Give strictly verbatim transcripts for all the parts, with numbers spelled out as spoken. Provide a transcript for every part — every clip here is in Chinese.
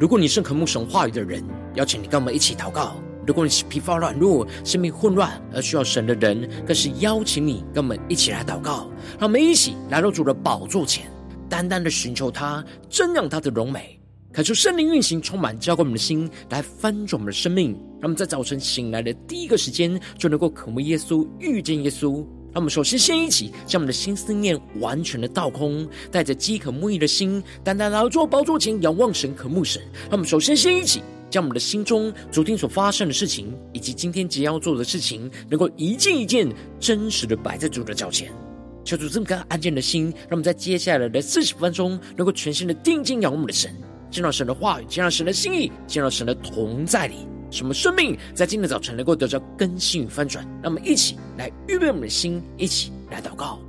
如果你是渴慕神话语的人，邀请你跟我们一起祷告。如果你是疲乏软弱、生命混乱而需要神的人，更是邀请你跟我们一起来祷告。让我们一起来到主的宝座前，单单的寻求他，瞻仰他的荣美，恳求圣灵运行充满浇灌我们的心，来翻转我们的生命。让我们在早晨醒来的第一个时间就能够渴慕耶稣，遇见耶稣。让我们首先先一起将我们的心思念完全的倒空，带着饥渴慕义的心，单单来到主宝座前仰望神，渴慕神。让我们首先先一起将我们的心中昨天所发生的事情，以及今天即将要做的事情，能够一件一件真实的摆在主的脚前。求主这么个安静的心，让我们在接下来的四十分钟能够全心的定睛仰望我们的神，见到神的话语，见到神的心意，见到神的同在里，什么生命在今天早晨能够得到更新与翻转。让我们一起来预备我们的心，一起来祷告。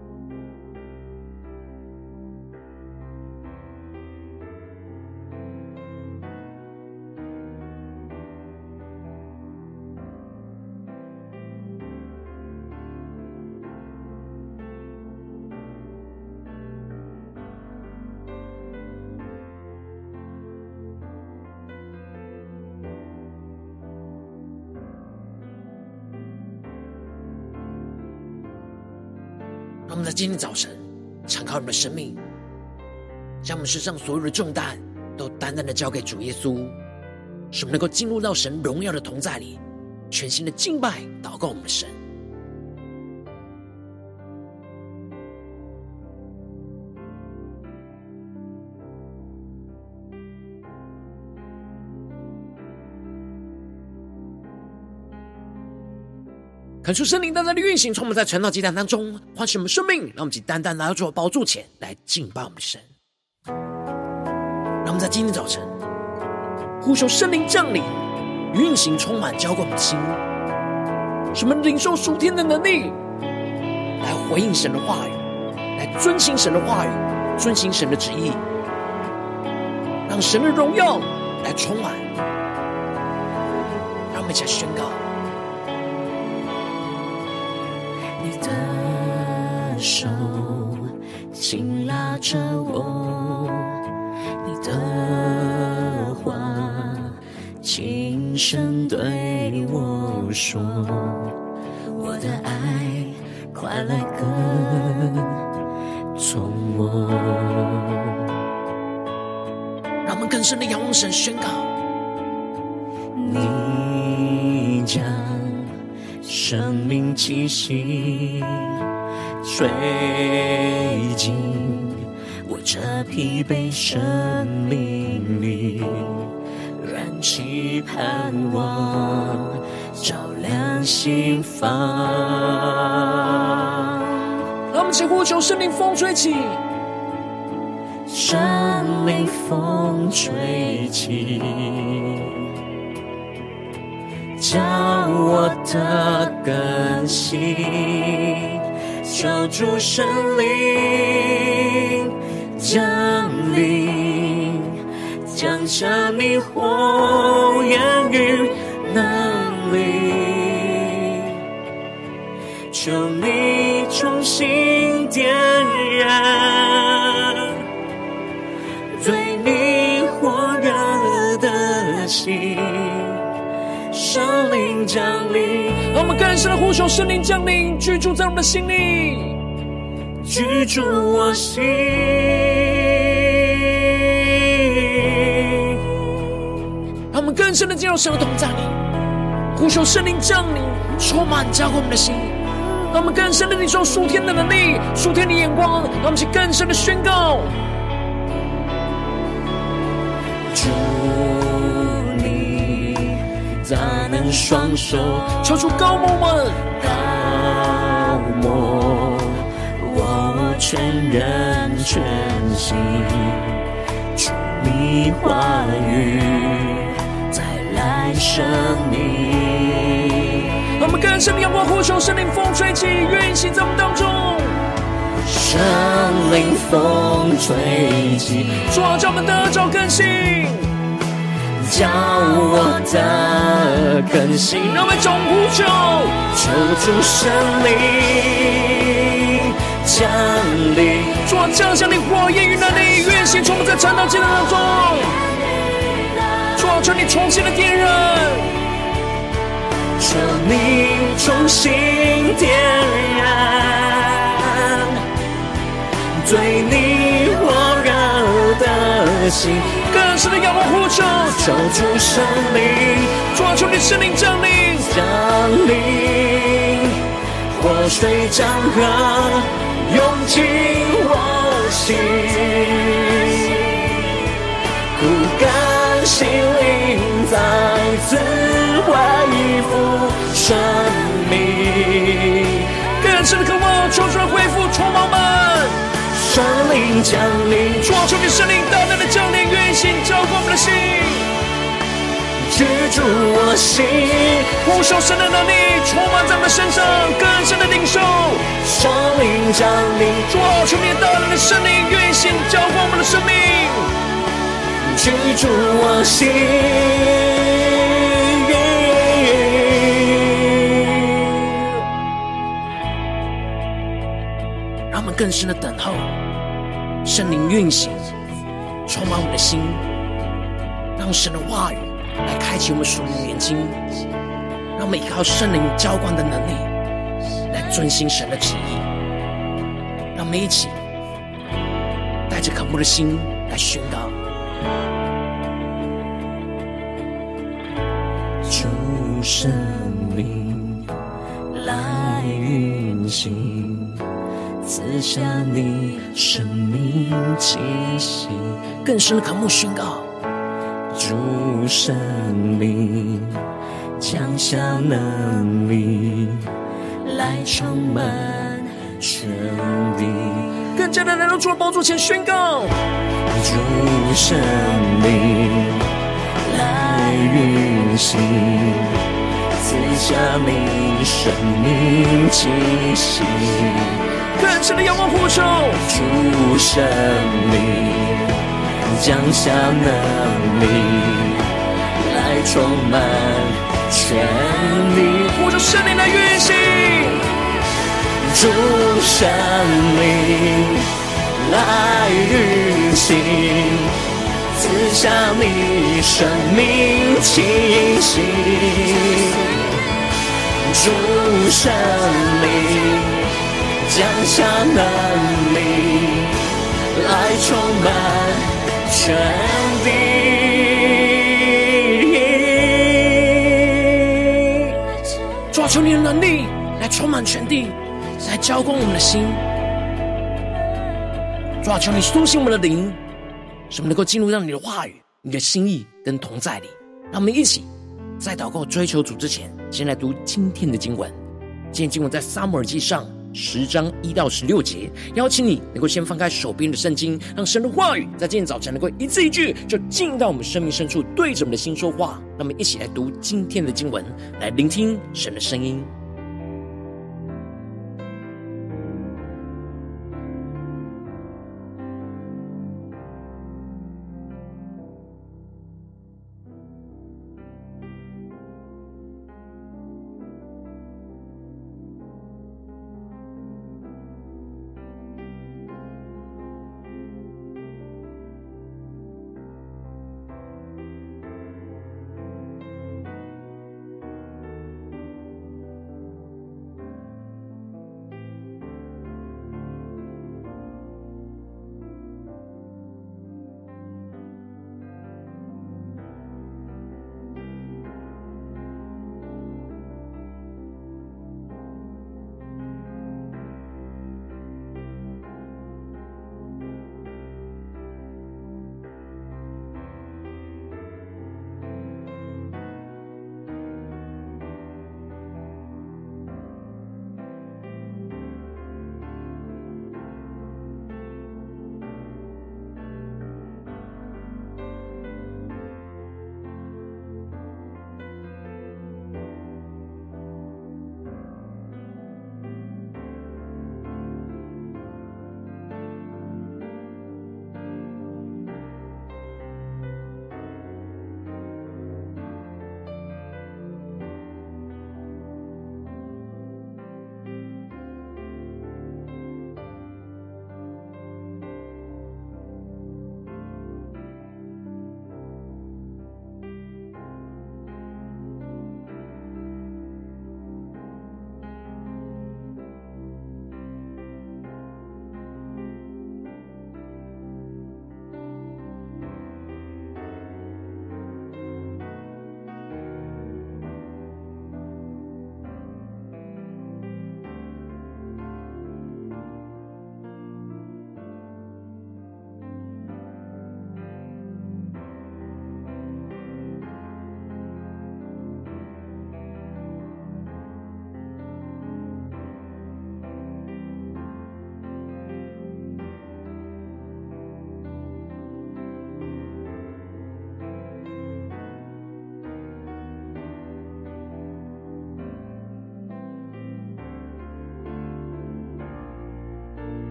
让我们在今天早晨敞开我们的生命，将我们身上所有的重担都单单的交给主耶稣，使我们能够进入到神荣耀的同在里，全心的敬拜祷告我们的神。恳求圣灵单单的运行，充满在晨祷祭坛当中，唤醒我们生命，让我们一起单单来到主的宝座前来敬拜我们的神。让我们在今天早晨呼求圣灵降临，运行充满浇灌我们的心，使我们领受属天的能力，来回应神的话语，来遵行神的话语，遵行神的旨意，让神的荣耀来充满。让我们一起来宣告： 你的手紧拉着我，你的话轻声对我说，我的爱快来跟从我。 让我们更深的仰望神，宣告： 你将生命气息吹进我这疲惫生命里，燃起盼望，照亮心房。 让我们一起呼求圣灵风吹起， 圣灵风吹起，叫我的更新，求主圣灵降临，降下你火焰与能力，求你重新点燃对你火热的心，圣灵降临。 让我们更深的呼求圣灵降临，居住在我们的心里， 居住我心。 让我们更深的进入神的同在里，呼求圣灵降临，充满浇灌我们的心。让我们更深的领受属天的能力，属天的眼光。让我们一起更深的宣告： 主你大能双手， 求主膏抹我们， 膏抹我全人全心，主你话语再来生命。 让我们更深的仰望呼求圣灵风吹起，运行在我们当中。 圣灵风吹起， 主啊，叫我们得着更新， 叫我的更新。 让我们总呼求， 求主圣灵降临， 主啊，降下你火焰与能力，运行充满在传道祭坛当中。 求你重新的点燃， 求你重新点燃对你火热的心， 更深的仰望呼求， 求主圣灵， 主啊，求你圣灵降临， 降临，活水江河涌进我心，苦干心灵再次恢复生命， 更深的渴望，求主恢复充满们， 圣灵降临， 主啊，求你圣灵大大的降临，运行浇灌我们的心， 居住我心， 呼求神的能力充满在我们的身上，更深的领受圣灵降临， 主啊，求你大大的圣灵运行浇灌我们的生命， 居住我心， 让我们更深的等候圣灵运行，充满我们的心，让神的话语来开启我们属灵的眼睛，让我们依靠圣灵浇灌的能力来遵行神的旨意，让我们一起带着渴慕的心来宣告， 主圣灵来运行，赐下你生命气息， 更深的渴慕宣告， 主圣灵降下能力来充满全地， 更加的来到主的宝座前宣告， 主圣灵来运行，赐下你生命气息， 更深的仰望呼求， 主圣灵降下能力来充满全地， 呼求圣灵来运行， 主圣灵来运行，赐下你生命气息，主圣灵降下能力来充满全地， 主啊，求你的能力来充满全地，来浇灌我们的心，主啊，求你苏醒我们的灵，使我们能够进入到你的话语、你的心意跟同在里。让我们一起在祷告追求主之前，先来读今天的经文。今天经文在撒母耳记上十章一到十六节，邀请你能够先翻开手边的圣经，让神的话语在今天早晨能够一字一句就进到我们生命深处，对着我们的心说话。让我们一起来读今天的经文，来聆听神的声音。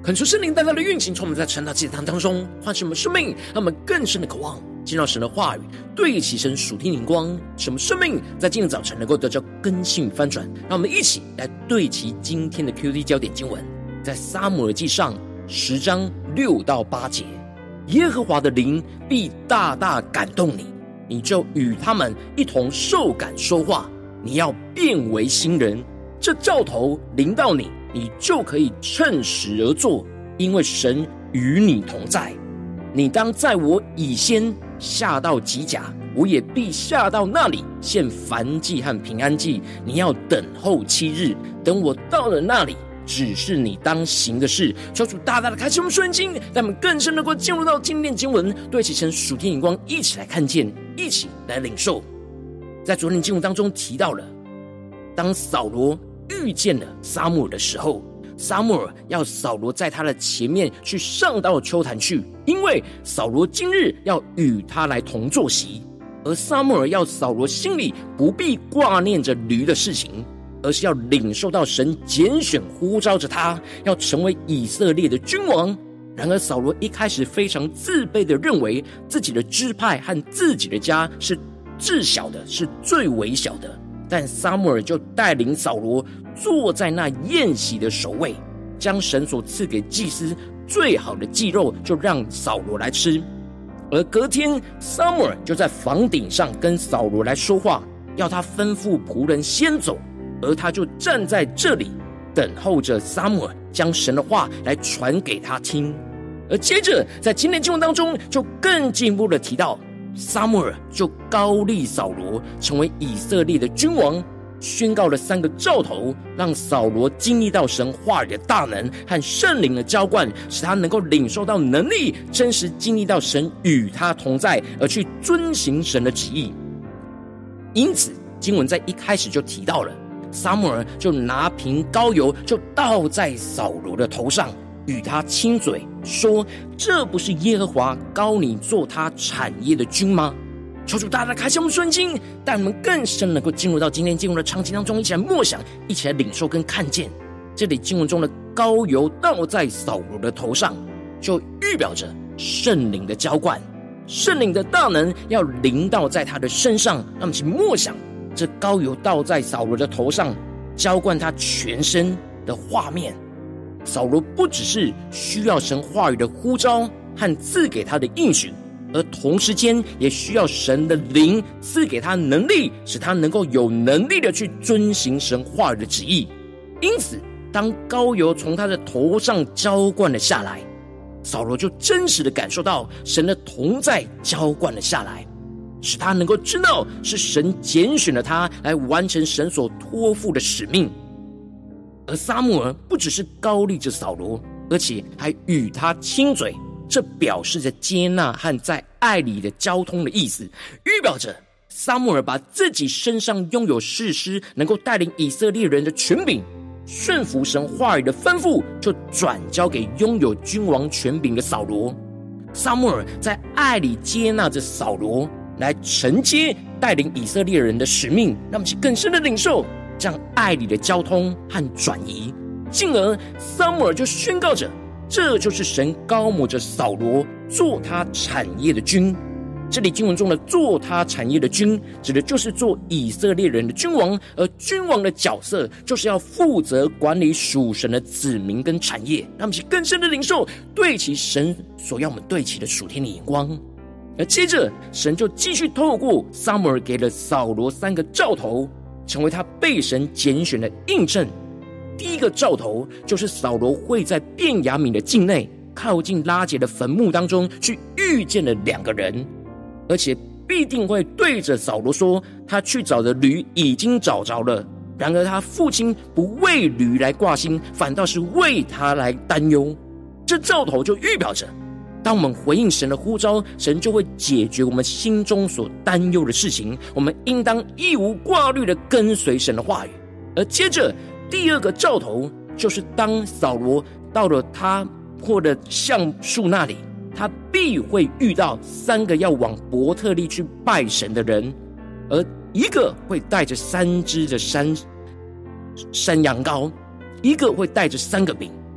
恳求圣灵带来的运行，从我们在晨祷祭坛当中唤醒我们生命，让我们更深的渴望进到神的话语，对齐神属天灵光，使我们生命在今天早晨能够得到更新翻转。让我们一起来对齐今天的 Q D 焦点经文，在撒母耳记上十章六到八节。耶和华的灵必大大感动你，你就与他们一同受感说话，你要变为新人。这兆头临到你，你就可以趁时而作，因为神与你同在。你当在我以先下到吉甲，我也必下到那里献燔祭和平安祭。你要等候七日，等我到了那里，只是你当行的事。求主大大的开启我们顺经，让我们更深能够进入到今天经文，对齐神属天眼光，一起来看见，一起来领受。在昨天经文当中提到了，当扫罗遇见了撒母耳的时候，撒母耳要扫罗在他的前面去上到秋坛去，因为扫罗今日要与他来同坐席。而撒母耳要扫罗心里不必挂念着驴的事情，而是要领受到神拣选呼召着他，要成为以色列的君王。然而扫罗一开始非常自卑的认为自己的支派和自己的家是至小的，是最微小的。但撒母耳就带领扫罗坐在那宴席的首位，将神所赐给祭司最好的祭肉就让扫罗来吃。而隔天撒母耳就在房顶上跟扫罗来说话，要他吩咐仆人先走，而他就站在这里等候着撒母耳将神的话来传给他听。而接着在今天经文当中就更进一步的提到，撒母耳就高立扫罗成为以色列的君王，宣告了三个兆头，让扫罗经历到神话语的大能和圣灵的浇灌，使他能够领受到能力，真实经历到神与他同在，而去遵行神的旨意。因此经文在一开始就提到了，撒母耳就拿瓶膏油就倒在扫罗的头上，与他亲嘴说，这不是耶和华膏你做他产业的君吗？求主大大开启我们顺经，带我们更深能够进入到今天经文的场景当中，一起来默想，一起来领受跟看见。这里经文中的膏油倒在扫罗的头上，就预表着圣灵的浇灌，圣灵的大能要临到在他的身上。让我们一起默想这膏油倒在扫罗的头上，浇灌他全身的画面。扫罗不只是需要神话语的呼召和赐给他的应许，而同时间也需要神的灵赐给他能力，使他能够有能力的去遵行神话语的旨意。因此当膏油从他的头上浇灌了下来，扫罗就真实的感受到神的同在浇灌了下来，使他能够知道是神拣选了他来完成神所托付的使命。而撒母耳不只是膏立着扫罗，而且还与他亲嘴，这表示着接纳和在爱里的交通的意思，预表着撒母耳把自己身上拥有士师能够带领以色列人的权柄，顺服神话语的吩咐，就转交给拥有君王权柄的扫罗。撒母耳在爱里接纳着扫罗，来承接带领以色列人的使命，让我们去更深的领受这样爱里的交通和转移。进而撒母耳就宣告着，这就是神膏抹着扫罗做他产业的君。这里经文中的做他产业的君，指的就是做以色列人的君王，而君王的角色就是要负责管理属神的子民跟产业，让我们去更深的领受对齐神所要我们对齐的属天的眼光。而接着神就继续透过撒母耳给了扫罗三个兆头，成为他被神拣选的印证。第一个兆头就是扫罗会在便雅悯的境内靠近拉结的坟墓当中去遇见了两个人，而且必定会对着扫罗说，他去找的驴已经找着了。然而他父亲不为驴来挂心，反倒是为他来担忧。这兆头就预表着，当我们回应神的呼召，神就会解决我们心中所担忧的事情。我们应当义无挂虑的跟随神的话语。而接着第二个兆头就是当扫罗到了他或者橡树那里，他必会遇到三个要往伯特利去拜神的人，而一个会带着三只的山山羊羔，一个会带着三个饼，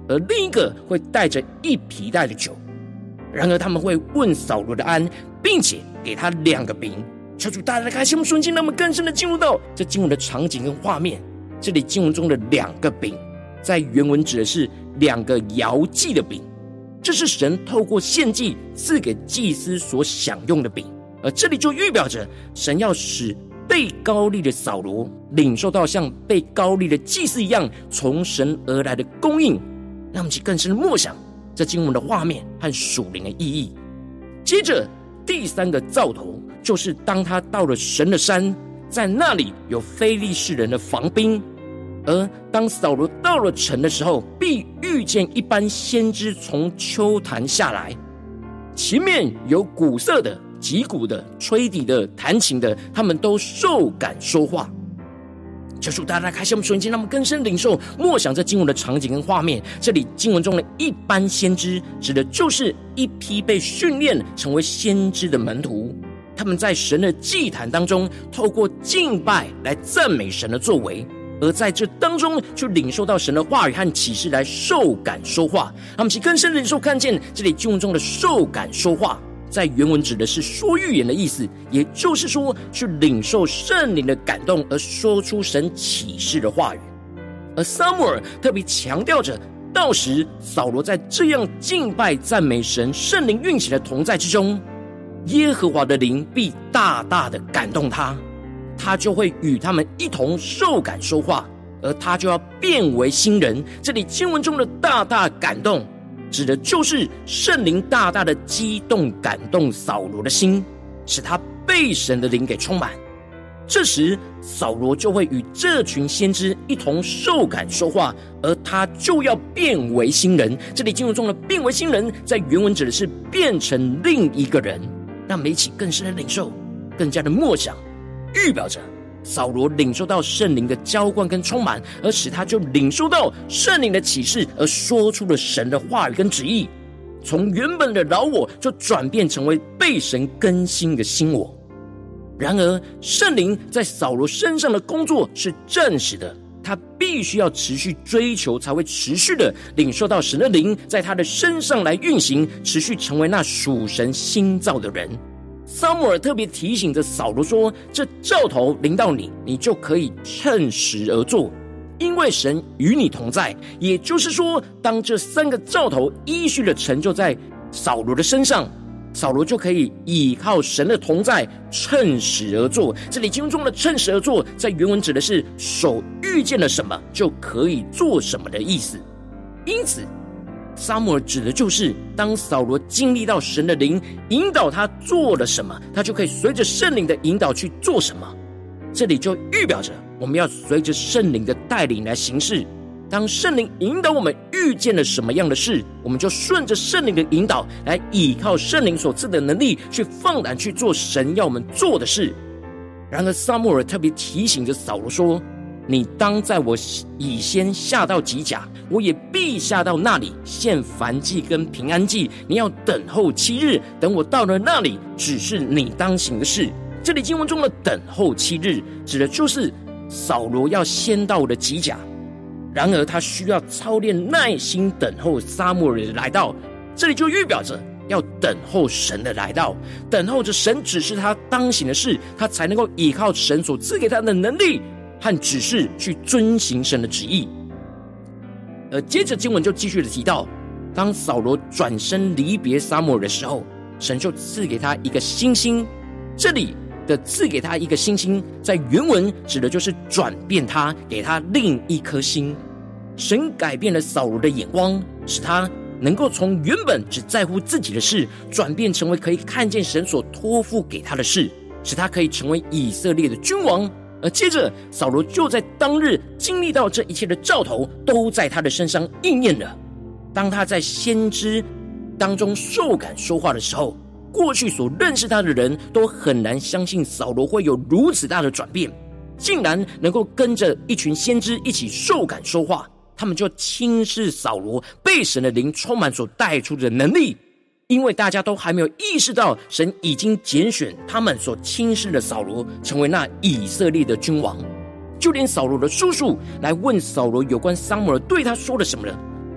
而另一个会带着一皮带的酒。然而他们会问扫罗的安，并且给他两个饼。求主大家的开心，我们瞬间让我们更深的进入到这经文的场景跟画面。这里经文中的两个饼，在原文指的是两个摇祭的饼，这是神透过献祭赐给祭司所享用的饼，而这里就预表着神要使被膏立的扫罗领受到像被膏立的祭司一样从神而来的供应。让我们去更深的默想这经文的画面和属灵的意义。接着第三个兆头，就是当他到了神的山，在那里有非利士人的防兵，而当扫罗到了城的时候，必遇见一班先知从丘坛下来，前面有鼓瑟的、击鼓的、吹笛的、弹琴的，他们都受感说话。求主大家开心我们瞬间，让我们更深领受默想这经文的场景跟画面。这里经文中的一般先知，指的就是一批被训练成为先知的门徒，他们在神的祭坛当中透过敬拜来赞美神的作为，而在这当中去领受到神的话语和启示，来受感说话。他们去更深领受看见这里经文中的受感说话，在原文指的是说预言的意思，也就是说去领受圣灵的感动而说出神启示的话语。而撒母耳特别强调着，到时扫罗在这样敬拜赞美神、圣灵运行的同在之中，耶和华的灵必大大的感动他，他就会与他们一同受感说话，而他就要变为新人。这里经文中的大大感动，指的就是圣灵大大的激动感动扫罗的心，使他被神的灵给充满。这时扫罗就会与这群先知一同受感说话，而他就要变为新人。这里经文中的变为新人，在原文指的是变成另一个人。让我们一起更深的领受，更加的默想，预表着扫罗领受到圣灵的浇灌跟充满，而使他就领受到圣灵的启示，而说出了神的话语跟旨意，从原本的老我就转变成为被神更新的新我。然而圣灵在扫罗身上的工作是暂时的，他必须要持续追求，才会持续的领受到神的灵在他的身上来运行，持续成为那属神新造的人。撒母耳特别提醒着扫罗说，这兆头临到你，你就可以趁时而做，因为神与你同在。也就是说，当这三个兆头依序的成就在扫罗的身上，扫罗就可以依靠神的同在，趁时而做。这里经文中的趁时而做，在原文指的是手遇见了什么就可以做什么的意思。因此撒母耳指的就是当扫罗经历到神的灵引导他做了什么，他就可以随着圣灵的引导去做什么。这里就预表着我们要随着圣灵的带领来行事。当圣灵引导我们遇见了什么样的事，我们就顺着圣灵的引导来依靠圣灵所赐的能力，去放胆去做神要我们做的事。然而撒母耳特别提醒着扫罗说，你当在我以先下到吉甲，我也必下到那里献燔祭跟平安祭，你要等候七日，等我到了那里，只是你当行的事。这里经文中的等候七日，指的就是扫罗要先到我的吉甲，然而他需要操练耐心等候撒母耳的来到。这里就预表着要等候神的来到，等候着神指示他当行的事，他才能够依靠神所赐给他的能力和指示去遵行神的旨意。而接着经文就继续的提到，当扫罗转身离别撒母耳的时候，神就赐给他一个星星。这里的赐给他一个星星，在原文指的就是转变他，给他另一颗星。神改变了扫罗的眼光，使他能够从原本只在乎自己的事，转变成为可以看见神所托付给他的事，使他可以成为以色列的君王。而接着扫罗就在当日经历到这一切的兆头都在他的身上应验了。当他在先知当中受感说话的时候，过去所认识他的人都很难相信扫罗会有如此大的转变，竟然能够跟着一群先知一起受感说话。他们就轻视扫罗被神的灵充满所带出的能力，因为大家都还没有意识到神已经拣选他们所轻视的扫罗成为那以色列的君王。就连扫罗的叔叔来问扫罗有关撒母耳对他说了什么了，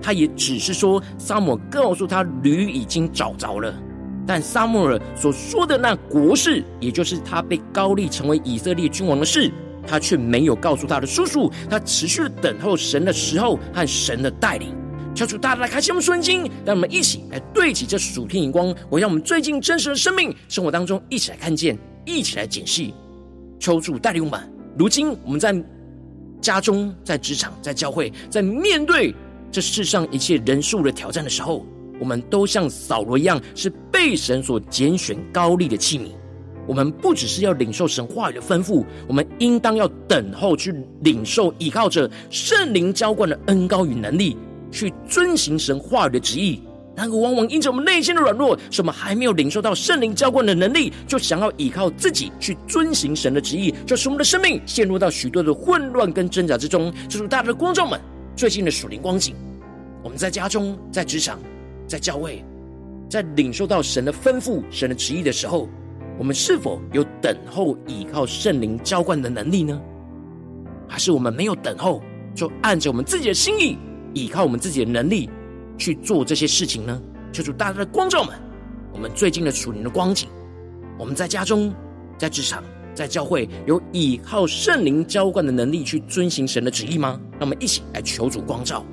他也只是说撒母耳告诉他驴已经找着了。但撒母耳所说的那国事，也就是他被膏立成为以色列君王的事，他却没有告诉他的叔叔。他持续的等候神的时候和神的带领。求主大大来开启我们顺经，让我们一起来对齐这属天眼光，我让我们最近真实的生命生活当中一起来看见，一起来检视。求主带领我们，如今我们在家中、在职场、在教会，在面对这世上一切人数的挑战的时候，我们都像扫罗一样，是被神所拣选膏立的器皿。我们不只是要领受神话语的吩咐，我们应当要等候去领受依靠着圣灵浇灌的恩膏与能力，去遵行神话语的旨意。然而往往因着我们内心的软弱，使我们还没有领受到圣灵浇灌的能力，就想要依靠自己去遵行神的旨意，就使我们的生命陷入到许多的混乱跟挣扎之中。这是大家的观众们最近的属灵光景，我们在家中、在职场、在教会，在领受到神的吩咐、神的旨意的时候，我们是否有等候依靠圣灵浇灌的能力呢？还是我们没有等候，就按着我们自己的心意，依靠我们自己的能力去做这些事情呢？求主大家的光照们，我们最近的属灵的光景，我们在家中、在职场、在教会，有依靠圣灵浇灌的能力去遵行神的旨意吗？让我们一起来求主光照。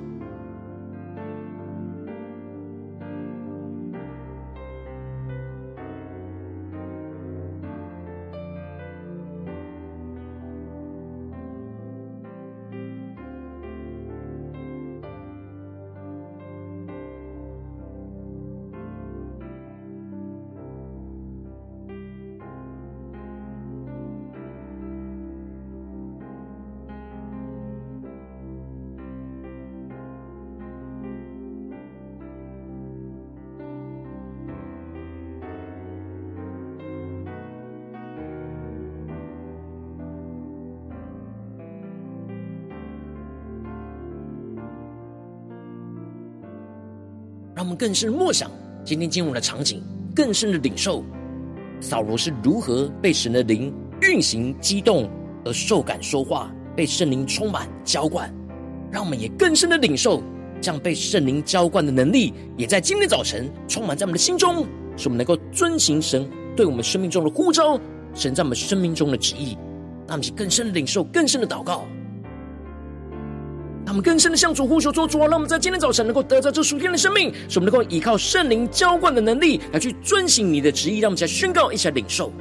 让我们更深默想今天经文的场景，更深的领受扫罗是如何被神的灵运行激动而受感说话，被圣灵充满浇灌。让我们也更深的领受这样被圣灵浇灌的能力，也在今天早晨充满在我们的心中，使我们能够遵行神对我们生命中的呼召，神在我们生命中的旨意。让我们更深的领受，更深的祷告，让我们更深的向主呼求说，主啊，让我们在今天早晨能够得到这属天的生命，使我们能够依靠圣灵浇灌的能力来去遵行你的旨意。让我们一起来宣告，一起来领受。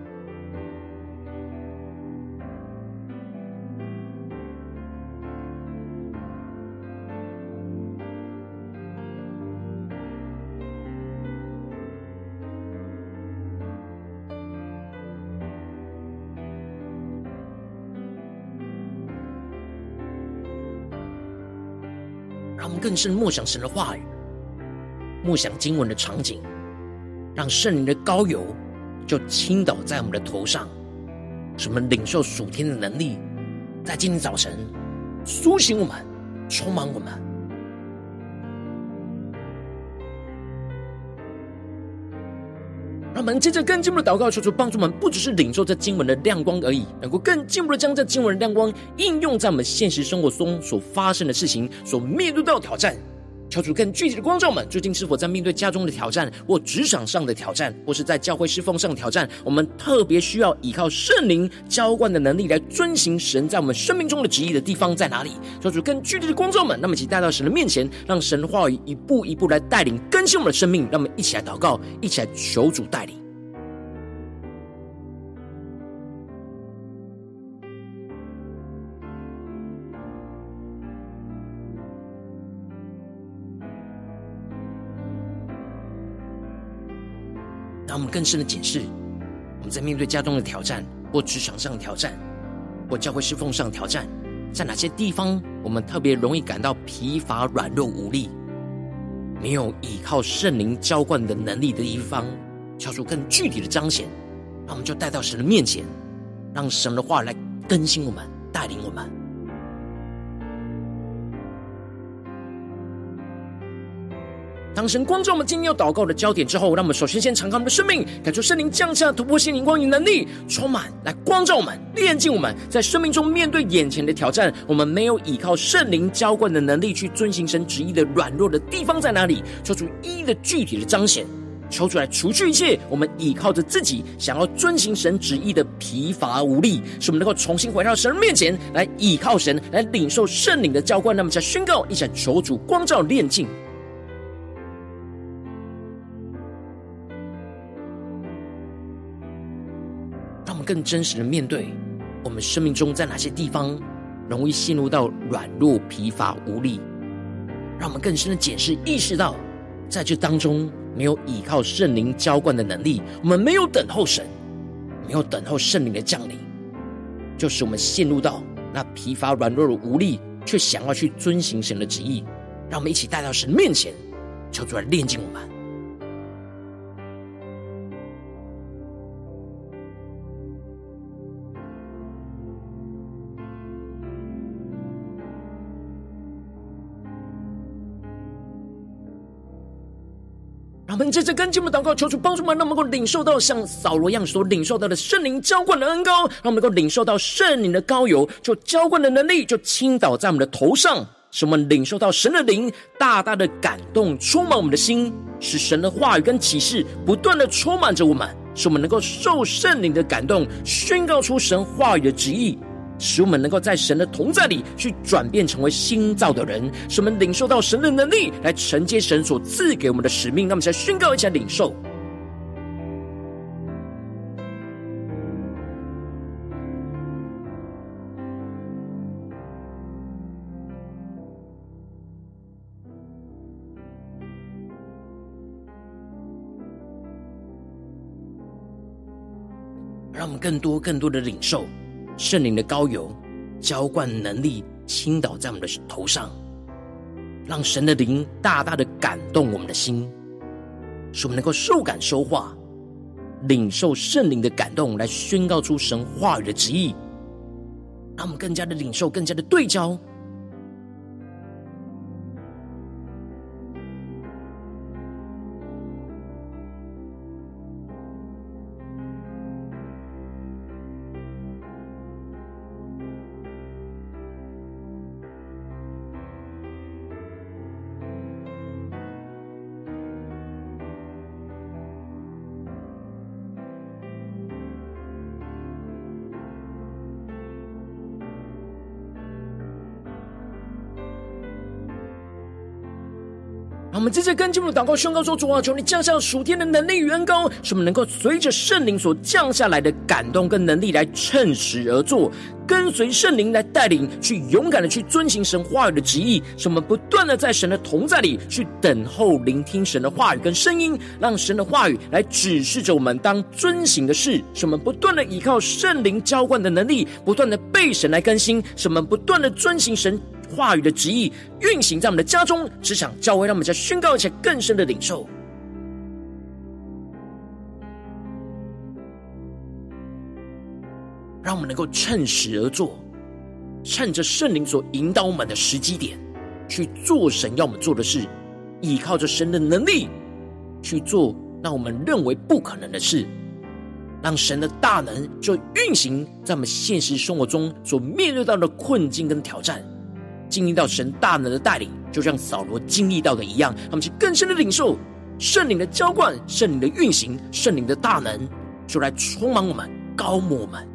让我们更深默想神的话语，默想经文的场景，让圣灵的膏油就倾倒在我们的头上，使我们领受属天的能力，在今天早晨苏醒我们，充满我们。让我们接着更进一步的祷告，求主帮助我们，不只是领受这经文的亮光而已，能够更进一步的将这经文的亮光应用在我们现实生活中所发生的事情，所面对到的挑战。求主更具体的光照我们，最近是否在面对家中的挑战，或职场上的挑战，或是在教会侍奉上的挑战，我们特别需要依靠圣灵浇灌的能力来遵行神在我们生命中的旨意的地方在哪里？求主更具体的光照我们，那么一起带到神的面前，让神的话语一步一步来带领更新我们的生命。让我们一起来祷告，一起来求主带领。让我们更深的检视，我们在面对家中的挑战，或职场上的挑战，或教会侍奉上的挑战，在哪些地方我们特别容易感到疲乏、软弱无力，没有依靠圣灵浇灌的能力的地方，求主更具体的彰显。让我们就带到神的面前，让神的话来更新我们，带领我们。 当神光照我们今天要祷告的焦点之后，让我们首先先敞开我们的生命，感受圣灵降下突破性灵光与能力，充满来光照我们，炼净我们。在生命中面对眼前的挑战，我们没有依靠圣灵浇灌的能力去遵行神旨意的软弱的地方在哪里？求主一一的具体的彰显，求主来除去一切我们依靠着自己想要遵行神旨意的疲乏无力，使我们能够重新回到神面前来依靠神，来领受圣灵的浇灌。那么在宣告，一起求主光照炼净，让我们更真实的面对我们生命中在哪些地方容易陷入到软弱疲乏无力，让我们更深的检视意识到在这当中没有依靠圣灵浇灌的能力，我们没有等候神，没有等候圣灵的降临，就使我们陷入到那疲乏软弱的无力，却想要去遵行神的旨意。让我们一起带到神面前，求主来炼净我们。让我们接着跟进我们祷告，求主帮助我们，让我们能够领受到像扫罗一样所领受到的圣灵浇灌的恩膏，让我们能够领受到圣灵的膏油，就浇灌的能力就倾倒在我们的头上，使我们领受到神的灵大大的感动充满我们的心，使神的话语跟启示不断的充满着我们，使我们能够受圣灵的感动，宣告出神话语的旨意，使我们能够在神的同在里去转变成为新造的人，使我们领受到神的能力来承接神所赐给我们的使命。那么才宣告一下领受，让我们更多更多的领受圣灵的膏油浇灌能力倾倒在我们的头上，让神的灵大大的感动我们的心，使我们能够受感受化，领受圣灵的感动，来宣告出神话语的旨意，让我们更加的领受，更加的对焦。让我们接着跟进我们的祷告宣告说，主啊，求你降下属天的能力与恩膏，使我们能够随着圣灵所降下来的感动跟能力来趁时而做，跟随圣灵来带领，去勇敢的去遵行神话语的旨意，使我们不断的在神的同在里去等候聆听神的话语跟声音，让神的话语来指示着我们当遵行的事，使我们不断的依靠圣灵浇灌的能力，不断的被神来更新，使我们不断的遵行神话语的旨意运行在我们的家中、职场、教会，让我们再宣告一些更深的领受，让我们能够趁时而做，趁着圣灵所引导我们的时机点去做神要我们做的事，依靠着神的能力去做让我们认为不可能的事，让神的大能就运行在我们现实生活中所面对到的困境跟挑战，经历到神大能的带领，就像扫罗经历到的一样，他们去更深的领受圣灵的浇灌、圣灵的运行、圣灵的大能，就来充满我们、膏抹我们。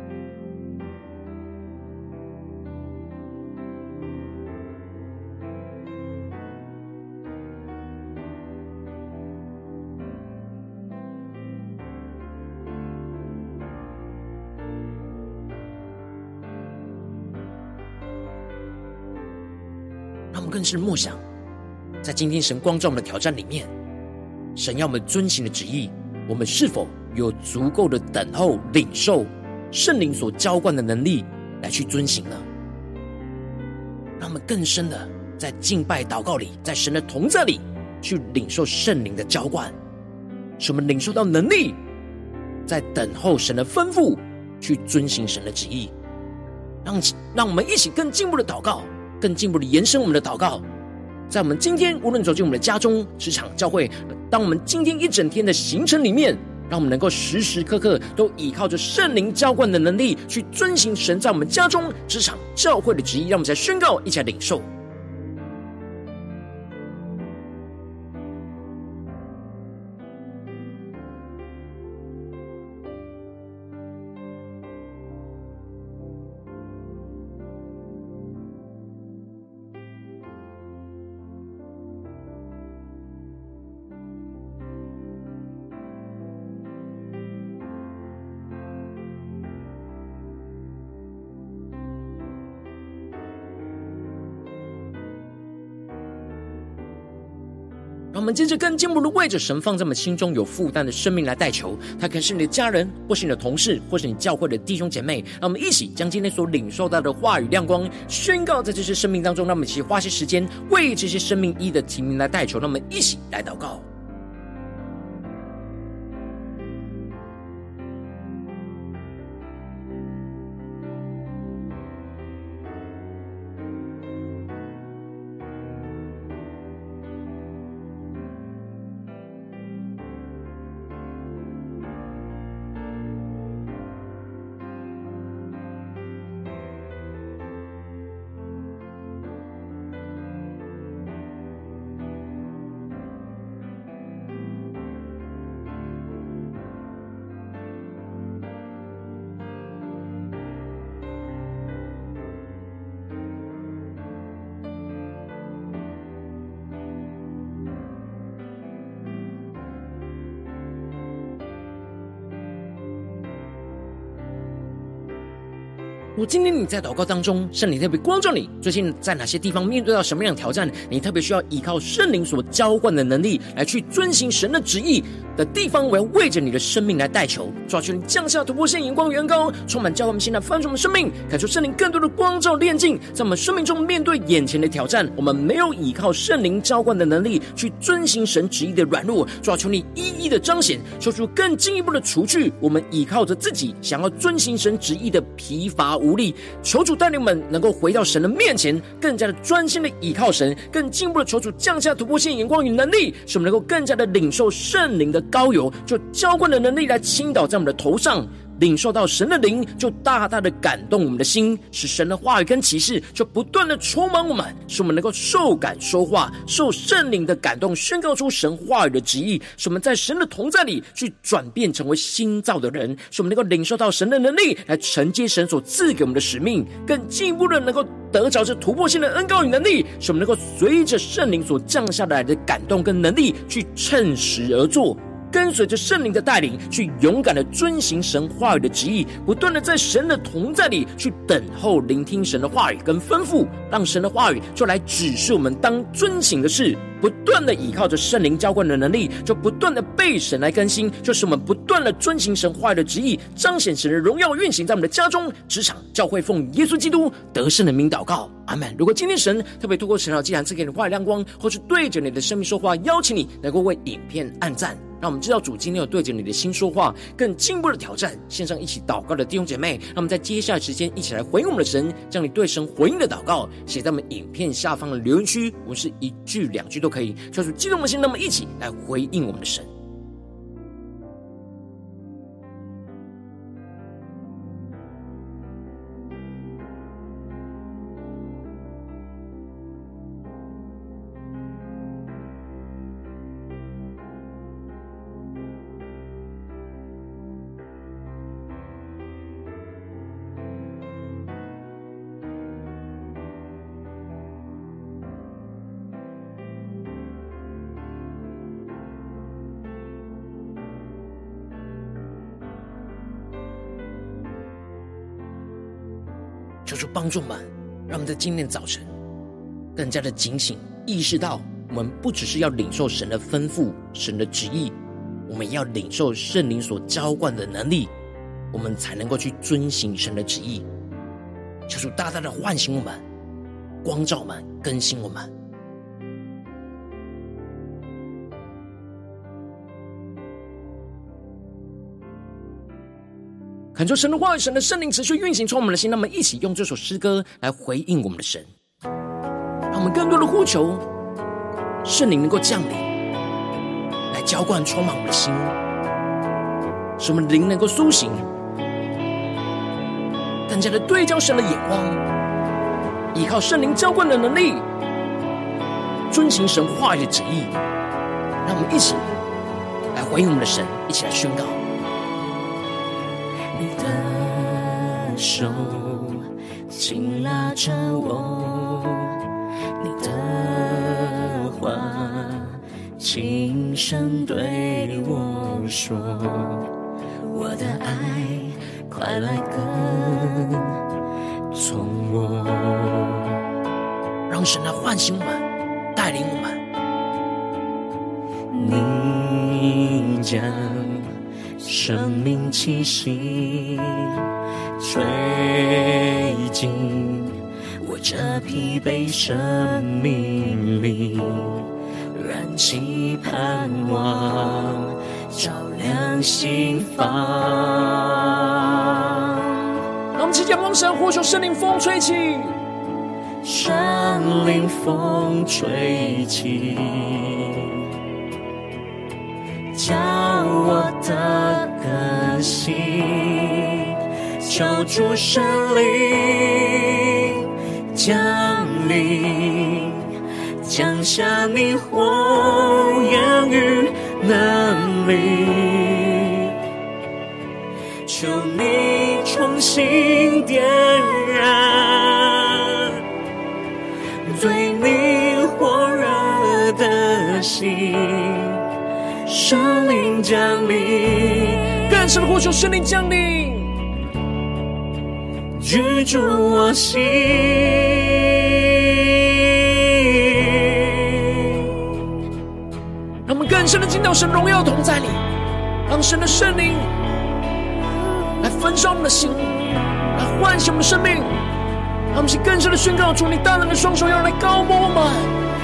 让我们更是默想，在今天神光照我们的挑战里面，神要我们遵行的旨意，我们是否有足够的等候领受圣灵所浇灌的能力来去遵行呢？让我们更深的在敬拜祷告里，在神的同在里去领受圣灵的浇灌，使我们领受到能力，在等候神的吩咐去遵行神的旨意。让让我们一起更进一步的祷告，更进一步的延伸我们的祷告， 在我们今天无论走进我们的家中、职场、教会，当我们今天一整天的行程里面，让我们能够时时刻刻都依靠着圣灵浇灌的能力，去遵行神在我们家中、职场、教会的旨意。让我们再宣告，一起来领受。让我们接着更进一步的为着神放在我们心中有负担的生命来代求，他可能是你的家人，或是你的同事，或是你教会的弟兄姐妹。让我们一起将今天所领受到的话语亮光宣告在这些生命当中，让我们一起花些时间为这些生命一的提名来代求。让我们一起来祷告。如果今天你在祷告当中，圣灵特别光照你，最近在哪些地方面对到什么样的挑战，你特别需要依靠圣灵所浇灌的能力来去遵行神的旨意的地方，我要为着你的生命来代求，抓住你降下突破线眼光远高，充满教会我们现在翻转我们生命，感受圣灵更多的光照炼净，在我们生命中面对眼前的挑战，我们没有依靠圣灵浇灌的能力去遵行神旨意的软弱，抓住你一一的彰显，求出更进一步的除去我们依靠着自己想要遵行神旨意的疲乏无力。求主带领我们能够回到神的面前，更加的专心的依靠神，更进一步的求主降下突破性眼光与能力，使我们能够更加的领受圣灵的膏油，就浇灌的能力来倾倒在我们的头上，领受到神的灵，就大大的感动我们的心，使神的话语跟启示就不断的充满我们，使我们能够受感说话，受圣灵的感动，宣告出神话语的旨意，使我们在神的同在里去转变成为新造的人，使我们能够领受到神的能力来承接神所赐给我们的使命，更进一步的能够得着这突破性的恩膏与能力，使我们能够随着圣灵所降下来的感动跟能力去趁时而做，跟随着圣灵的带领，去勇敢的遵行神话语的旨意，不断的在神的同在里去等候聆听神的话语跟吩咐，让神的话语就来指示我们当遵行的事，不断的依靠着圣灵浇灌的能力，就不断的被神来更新，就是我们不断的遵行神话语的旨意，彰显神的荣耀运行在我们的家中、职场、教会，奉耶稣基督得胜的名祷告，阿们。如果今天神特别透过神的既然赐给你话语亮光，或是对着你的生命说话，邀请你能够为影片按赞，让我们知道主今天有对着你的心说话，更进一步的挑战线上一起祷告的弟兄姐妹，让我们在接下来时间一起来回应我们的神，将你对神回应的祷告写在我们影片下方的留言区，我们是一句两句都可以，求主激动我们的心，那么一起来回应我们的神。求主帮助我们，让我们在今天早晨更加的警醒，意识到我们不只是要领受神的吩咐、神的旨意，我们要领受圣灵所浇灌的能力，我们才能够去遵行神的旨意。求主大大的唤醒我们，光照我们，更新我们。恳求神的话语、神的圣灵持续运行从我们的心，让我们一起用这首诗歌来回应我们的神，让我们更多的呼求圣灵能够降临，来浇灌充满我们的心，使我们灵能够苏醒，更加的对焦神的眼光，依靠圣灵浇灌的能力，遵行神话语的旨意。让我们一起来回应我们的神，一起来宣告： 你的手紧拉着我，你的话轻声对我说，我的爱快来跟从我。 让神来唤醒我们，带领我们。 你将生命气息吹进我这疲惫生命里，燃起盼望，照亮心房。 让我们齐仰望神，呼求圣灵风吹起， 圣灵风吹起，叫我的更新，求主圣灵降临，降下你火焰与能力，求你重新点燃对你火热的心，圣灵降临， 更深的呼求圣灵降临， 居住我心。 让我们更深的进到神荣耀同在里，让神的圣灵来焚烧我们的心，来唤醒我们的生命。让我们去更深的宣告：主，你大能的双手要来高摩我们，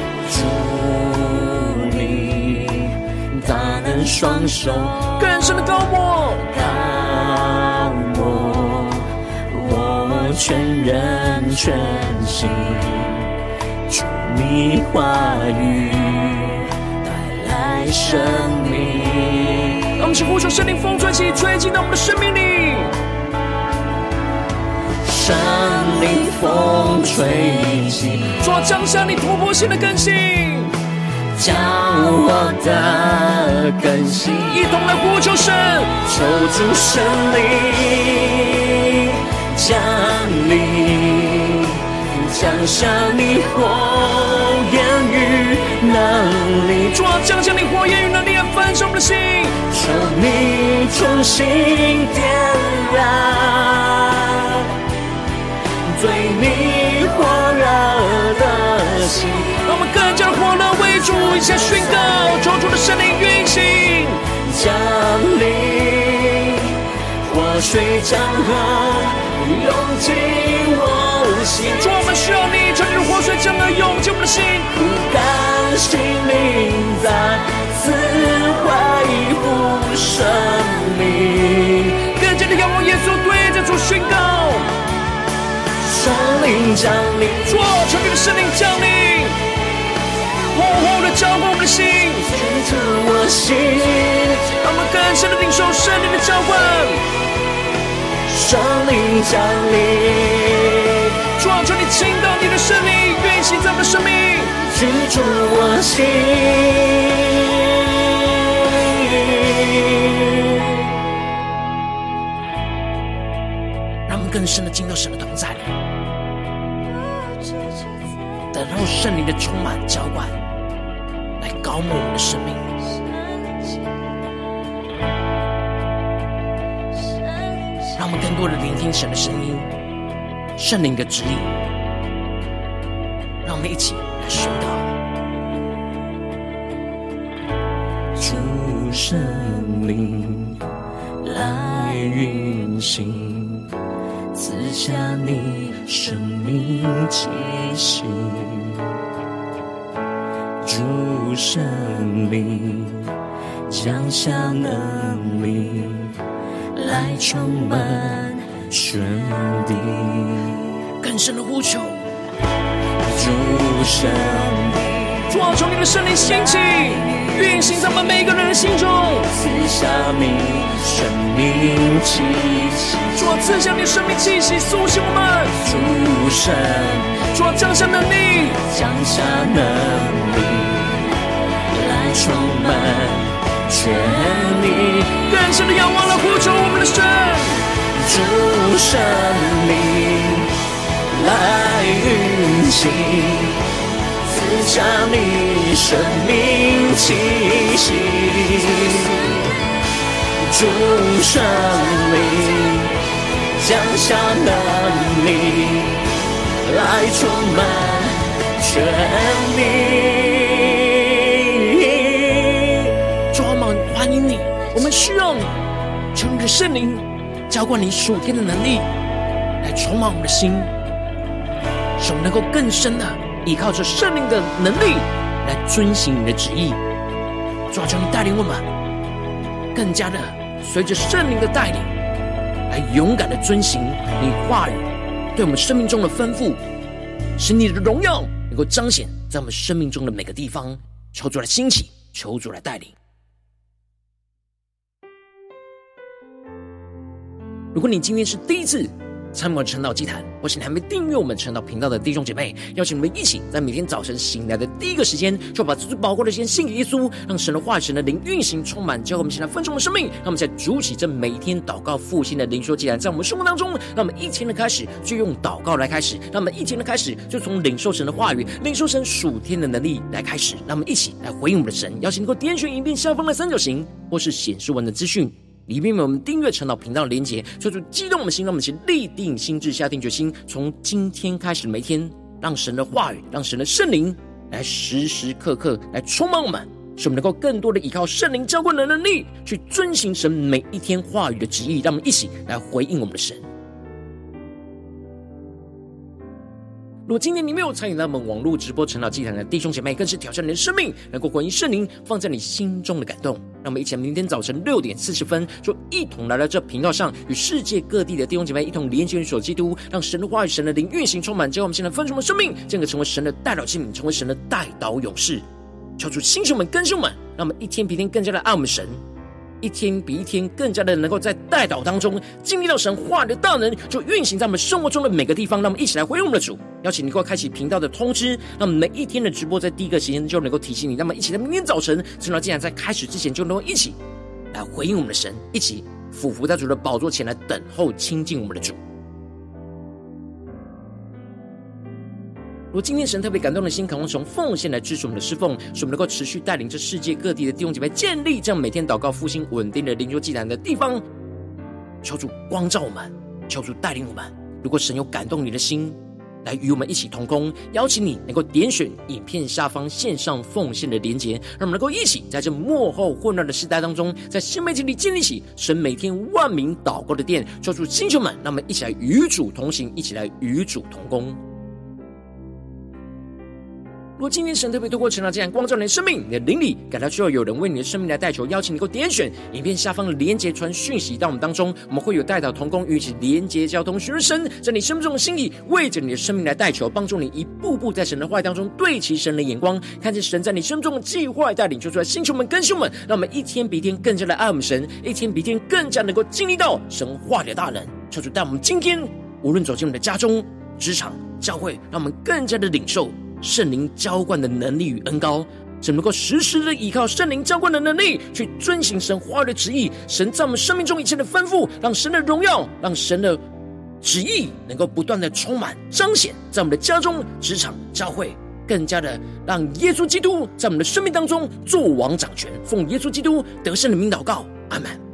主你大能双手更深的高摩， 高摩我全人全心，主你话语带来生命。 让我们去呼求圣灵风吹起，吹进到我们的生命里。 圣灵风吹起， 主啊，降下你突破性的更新， 将我的更新， 一同来呼求神， 求主圣灵降临，降下你火焰与能力。 主啊，降下你火焰与能力，来焚烧我们的心， 求你重新点燃对你火热的心。 让我们更加火热为主一起宣告，求主的圣灵运行降临，活水江河涌进我心。 主，我们需要你，求你的活水江河涌进我们的心， 不甘心灵再次恢复生命， 更加的仰望耶稣，对着主宣告。 圣灵降临， 主啊，求你的圣灵降临，厚厚的浇灌我们的心， 居住我心， 让我们更深的领受圣灵的浇灌。 圣灵降临， 主啊，求你倾倒你的圣灵，运行在我们的生命， 居住我心， 让我们更深的进到神的同在里，等候圣灵的充满浇灌，来高抹我们的生命。让我们更多的聆听神的声音，圣灵的指引。让我们一起来宣告： 主圣灵来运行，赐下你生命气息。主圣灵降下能力，来充满全地。 更深的呼求， 主圣灵主啊，求你的圣灵兴起，运行在我们每一个人的心中， 赐下你生命气息。 主啊，赐下你的生命气息，苏醒我们。 主神， 主啊，降下能力， 降下能力，来充满全力， 更深的仰望来呼求我们的神。 主圣灵来运行，赐下你生命气息。主圣灵降下能力，来充满全力。 主啊，我们欢迎你，我们需要你，求你的圣灵浇灌你属天的能力，来充满我们的心，使我们能够更深的依靠着圣灵的能力来遵行你的旨意。主啊，求你带领我们更加的随着圣灵的带领，来勇敢的遵行你话语对我们生命中的吩咐，使你的荣耀能够彰显在我们生命中的每个地方。求主来兴起，求主来带领。如果你今天是第一次参与我们晨祷祭坛，或是你还没订阅我们晨祷频道的弟兄姐妹，邀请你们一起在每天早晨醒来的第一个时间，就把最宝贵的时间献给耶稣，让神的话语、神的灵运行充满，教会我们现在分盛的生命。让我们在主起这每一天祷告复兴的灵修祭坛，在我们生活当中，让我们一天的开始就用祷告来开始，让我们一天的开始就从领受神的话语、领受神属天的能力来开始。让我们一起来回应我们的神。邀请你能够点选影片下方的三角形，或是显示文的资讯，里面有我们订阅晨祷频道的连结，求主激动我们的心，让我们一起立定心志，下定决心，从今天开始的每一天，让神的话语，让神的圣灵来时时刻刻来充满我们，使我们能够更多的依靠圣灵浇灌的能力，去遵行神每一天话语的旨意。让我们一起来回应我们的神。如果今天你没有参与到我们网络直播晨祷祭坛的弟兄姐妹，更是挑战你的生命，能够回应圣灵放在你心中的感动。让我们一起来明天早晨六点四十分，就一同来到这频道上，与世界各地的弟兄姐妹一同连接、所基督，让神的话语、神的灵运行充满，将我们现在分盛的生命，进而成为神的代祷器皿，成为神的代祷勇士。求主星球们、更新们，让我们一天比一天更加的爱我们神，一天比一天更加的能够在代祷当中经历到神话语的大能，就运行在我们生活中的每个地方。让我们一起来回应我们的主，邀请你能够开启频道的通知，让我们每一天的直播在第一个时间就能够提醒你。那么一起在明天早晨晨祷祭坛在开始之前，就能够一起来回应我们的神，一起俯伏在主的宝座前来等候亲近我们的主。如果今天神特别感动的心，渴望从奉献来支持我们的侍奉，使我们能够持续带领着世界各地的弟兄姐妹建立这样每天祷告复兴稳定的灵修祭坛的地方，求主光照我们，求主带领我们。如果神有感动你的心，来与我们一起同工，邀请你能够点选影片下方线上奉献的连结，让我们能够一起在这末后混乱的时代当中，在新媒体里建立起神每天万名祷告的殿。求主星球们，让我们一起来与主同行，一起来与主同工。如果今天神特别透过晨祷祭坛光照你的生命，你的灵里感到需要有人为你的生命来代求，邀請你能夠點選影片下方的連結傳訊息到我們當中，我們會有代禱同工與一起連結交通，尋求神在你生命中的心意，為着你的生命來代求，幫助你一步步在神的話語當中對齊神的眼光，看見神在你生命中的計劃帶領，就出來星球們更新我們，讓我們一天比一天更加的愛我們神，一天比一天更加能夠經歷到神話的大能。求主帶我們今天無論走進我們的家中、職場、教會，讓我們更加的領受聖靈澆灌的能力與恩膏，使能夠時時的依靠聖靈澆灌的能力去遵行神話語的旨意，神在我們生命中一切的吩咐，讓神的榮耀，讓神的旨意能夠不斷的充滿彰顯在我們的家中、職場、教會，更加的讓耶穌基督在我們的生命當中作王掌權。奉耶穌基督得勝的名禱告，阿們。